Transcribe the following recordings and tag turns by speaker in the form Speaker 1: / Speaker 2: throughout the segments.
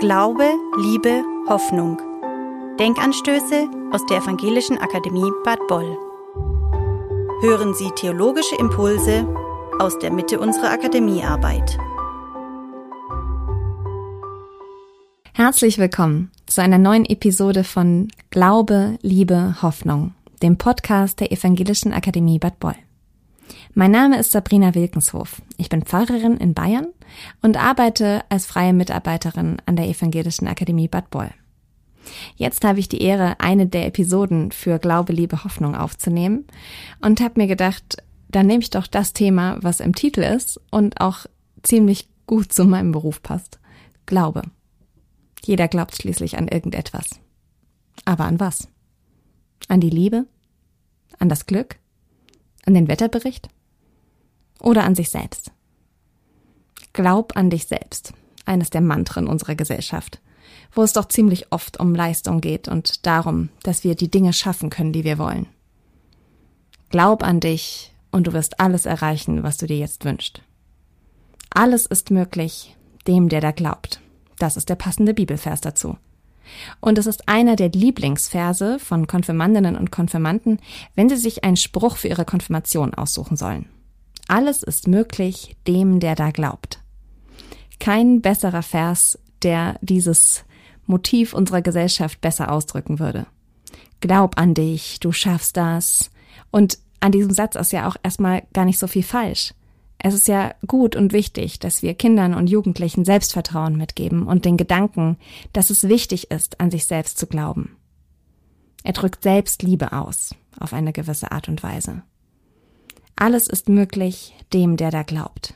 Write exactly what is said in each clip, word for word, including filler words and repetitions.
Speaker 1: Glaube, Liebe, Hoffnung. Denkanstöße aus der Evangelischen Akademie Bad Boll. Hören Sie theologische Impulse aus der Mitte unserer Akademiearbeit.
Speaker 2: Herzlich willkommen zu einer neuen Episode von Glaube, Liebe, Hoffnung, dem Podcast der Evangelischen Akademie Bad Boll. Mein Name ist Sabrina Wilkenshof. Ich bin Pfarrerin in Bayern und arbeite als freie Mitarbeiterin an der Evangelischen Akademie Bad Boll. Jetzt habe ich die Ehre, eine der Episoden für Glaube, Liebe, Hoffnung aufzunehmen und habe mir gedacht, dann nehme ich doch das Thema, was im Titel ist und auch ziemlich gut zu meinem Beruf passt. Glaube. Jeder glaubt schließlich an irgendetwas. Aber an was? An die Liebe? An das Glück? An den Wetterbericht? Oder an sich selbst? Glaub an dich selbst, eines der Mantren unserer Gesellschaft, wo es doch ziemlich oft um Leistung geht und darum, dass wir die Dinge schaffen können, die wir wollen. Glaub an dich und du wirst alles erreichen, was du dir jetzt wünschst. Alles ist möglich dem, der da glaubt. Das ist der passende Bibelvers dazu. Und es ist einer der Lieblingsverse von Konfirmandinnen und Konfirmanden, wenn sie sich einen Spruch für ihre Konfirmation aussuchen sollen. Alles ist möglich dem, der da glaubt. Kein besserer Vers, der dieses Motiv unserer Gesellschaft besser ausdrücken würde. Glaub an dich, du schaffst das. Und an diesem Satz ist ja auch erstmal gar nicht so viel falsch. Es ist ja gut und wichtig, dass wir Kindern und Jugendlichen Selbstvertrauen mitgeben und den Gedanken, dass es wichtig ist, an sich selbst zu glauben. Er drückt Selbstliebe aus, auf eine gewisse Art und Weise. Alles ist möglich dem, der da glaubt.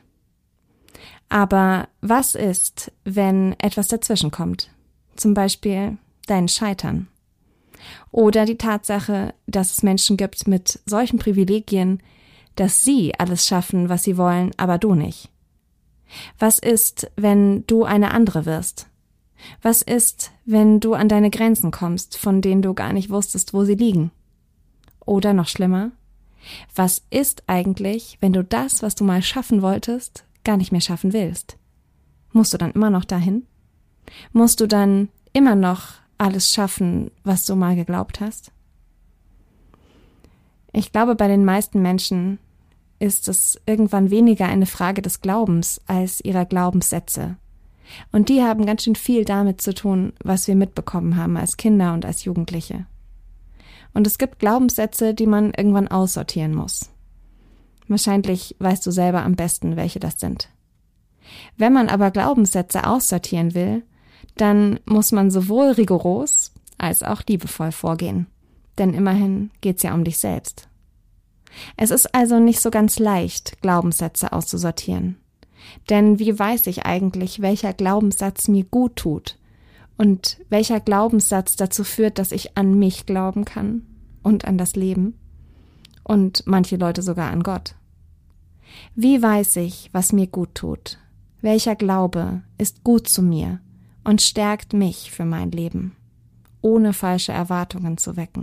Speaker 2: Aber was ist, wenn etwas dazwischen kommt? Zum Beispiel dein Scheitern. Oder die Tatsache, dass es Menschen gibt mit solchen Privilegien, dass sie alles schaffen, was sie wollen, aber du nicht? Was ist, wenn du eine andere wirst? Was ist, wenn du an deine Grenzen kommst, von denen du gar nicht wusstest, wo sie liegen? Oder noch schlimmer, was ist eigentlich, wenn du das, was du mal schaffen wolltest, gar nicht mehr schaffen willst? Musst du dann immer noch dahin? Musst du dann immer noch alles schaffen, was du mal geglaubt hast? Ich glaube, bei den meisten Menschen ist es irgendwann weniger eine Frage des Glaubens als ihrer Glaubenssätze. Und die haben ganz schön viel damit zu tun, was wir mitbekommen haben als Kinder und als Jugendliche. Und es gibt Glaubenssätze, die man irgendwann aussortieren muss. Wahrscheinlich weißt du selber am besten, welche das sind. Wenn man aber Glaubenssätze aussortieren will, dann muss man sowohl rigoros als auch liebevoll vorgehen. Denn immerhin geht's ja um dich selbst. Es ist also nicht so ganz leicht, Glaubenssätze auszusortieren. Denn wie weiß ich eigentlich, welcher Glaubenssatz mir gut tut und welcher Glaubenssatz dazu führt, dass ich an mich glauben kann und an das Leben und manche Leute sogar an Gott? Wie weiß ich, was mir gut tut? Welcher Glaube ist gut zu mir und stärkt mich für mein Leben, ohne falsche Erwartungen zu wecken?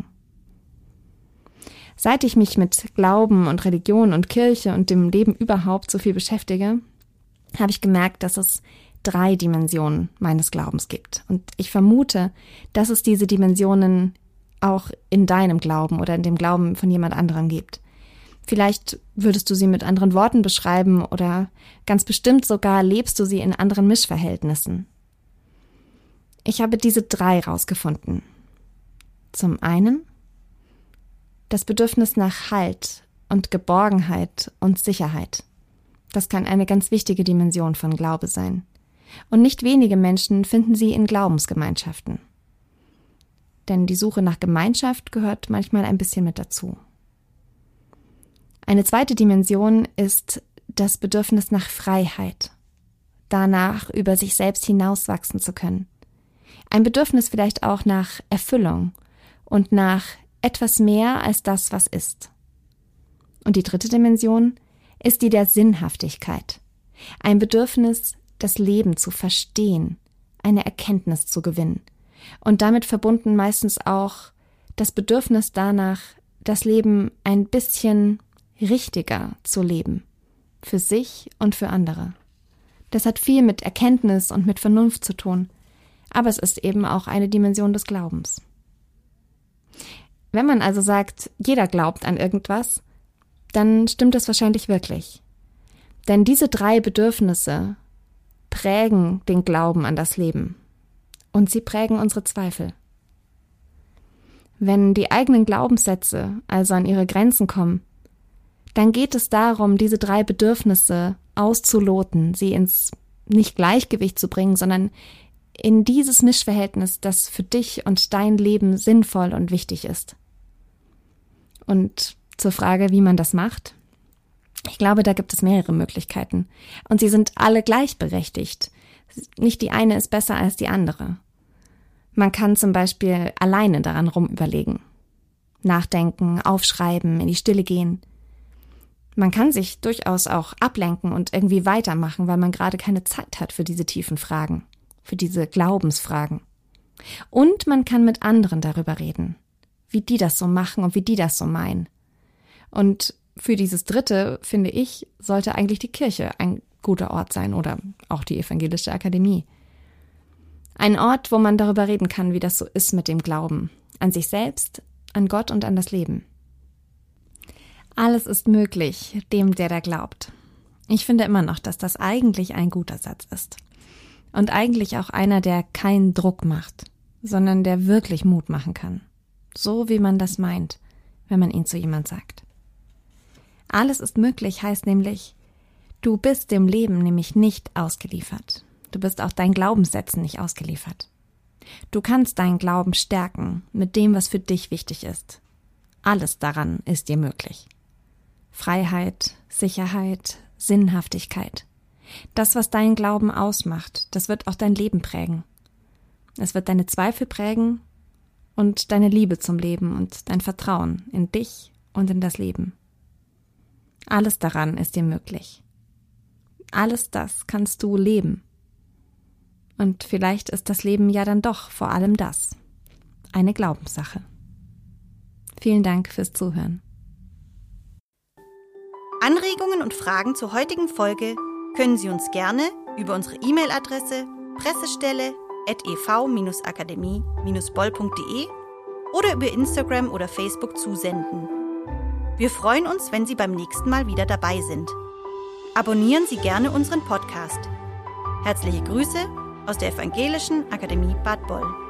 Speaker 2: Seit ich mich mit Glauben und Religion und Kirche und dem Leben überhaupt so viel beschäftige, habe ich gemerkt, dass es drei Dimensionen meines Glaubens gibt. Und ich vermute, dass es diese Dimensionen auch in deinem Glauben oder in dem Glauben von jemand anderem gibt. Vielleicht würdest du sie mit anderen Worten beschreiben oder ganz bestimmt sogar lebst du sie in anderen Mischverhältnissen. Ich habe diese drei rausgefunden. Zum einen das Bedürfnis nach Halt und Geborgenheit und Sicherheit. Das kann eine ganz wichtige Dimension von Glaube sein. Und nicht wenige Menschen finden sie in Glaubensgemeinschaften. Denn die Suche nach Gemeinschaft gehört manchmal ein bisschen mit dazu. Eine zweite Dimension ist das Bedürfnis nach Freiheit. Danach, über sich selbst hinauswachsen zu können. Ein Bedürfnis vielleicht auch nach Erfüllung und nach etwas mehr als das, was ist. Und die dritte Dimension ist die der Sinnhaftigkeit. Ein Bedürfnis, das Leben zu verstehen, eine Erkenntnis zu gewinnen. Und damit verbunden meistens auch das Bedürfnis danach, das Leben ein bisschen richtiger zu leben. Für sich und für andere. Das hat viel mit Erkenntnis und mit Vernunft zu tun. aber es ist eben auch eine Dimension des Glaubens. Wenn man also sagt, jeder glaubt an irgendwas, dann stimmt es wahrscheinlich wirklich. Denn diese drei Bedürfnisse prägen den Glauben an das Leben und sie prägen unsere Zweifel. Wenn die eigenen Glaubenssätze also an ihre Grenzen kommen, dann geht es darum, diese drei Bedürfnisse auszuloten, sie ins nicht Gleichgewicht zu bringen, sondern in dieses Mischverhältnis, das für dich und dein Leben sinnvoll und wichtig ist. Und zur Frage, wie man das macht, ich glaube, da gibt es mehrere Möglichkeiten. Und sie sind alle gleichberechtigt. Nicht die eine ist besser als die andere. Man kann zum Beispiel alleine daran rumüberlegen, nachdenken, aufschreiben, in die Stille gehen. Man kann sich durchaus auch ablenken und irgendwie weitermachen, weil man gerade keine Zeit hat für diese tiefen Fragen, für diese Glaubensfragen. Und man kann mit anderen darüber reden, wie die das so machen und wie die das so meinen. Und für dieses Dritte, finde ich, sollte eigentlich die Kirche ein guter Ort sein oder auch die Evangelische Akademie. Ein Ort, wo man darüber reden kann, wie das so ist mit dem Glauben, an sich selbst, an Gott und an das Leben. Alles ist möglich, dem, der da glaubt. Ich finde immer noch, dass das eigentlich ein guter Satz ist. Und eigentlich auch einer, der keinen Druck macht, sondern der wirklich Mut machen kann. So wie man das meint, wenn man ihn zu jemand sagt. Alles ist möglich heißt nämlich, du bist dem Leben nämlich nicht ausgeliefert. Du bist auch deinen Glaubenssätzen nicht ausgeliefert. Du kannst deinen Glauben stärken mit dem, was für dich wichtig ist. Alles daran ist dir möglich. Freiheit, Sicherheit, Sinnhaftigkeit. Das, was deinen Glauben ausmacht, das wird auch dein Leben prägen. Es wird deine Zweifel prägen und deine Liebe zum Leben und dein Vertrauen in dich und in das Leben. Alles daran ist dir möglich. Alles das kannst du leben. Und vielleicht ist das Leben ja dann doch vor allem das. Eine Glaubenssache. Vielen Dank fürs Zuhören.
Speaker 1: Anregungen und Fragen zur heutigen Folge können Sie uns gerne über unsere E-Mail-Adresse pressestelle at e v akademie boll punkt de oder über Instagram oder Facebook zusenden. Wir freuen uns, wenn Sie beim nächsten Mal wieder dabei sind. Abonnieren Sie gerne unseren Podcast. Herzliche Grüße aus der Evangelischen Akademie Bad Boll.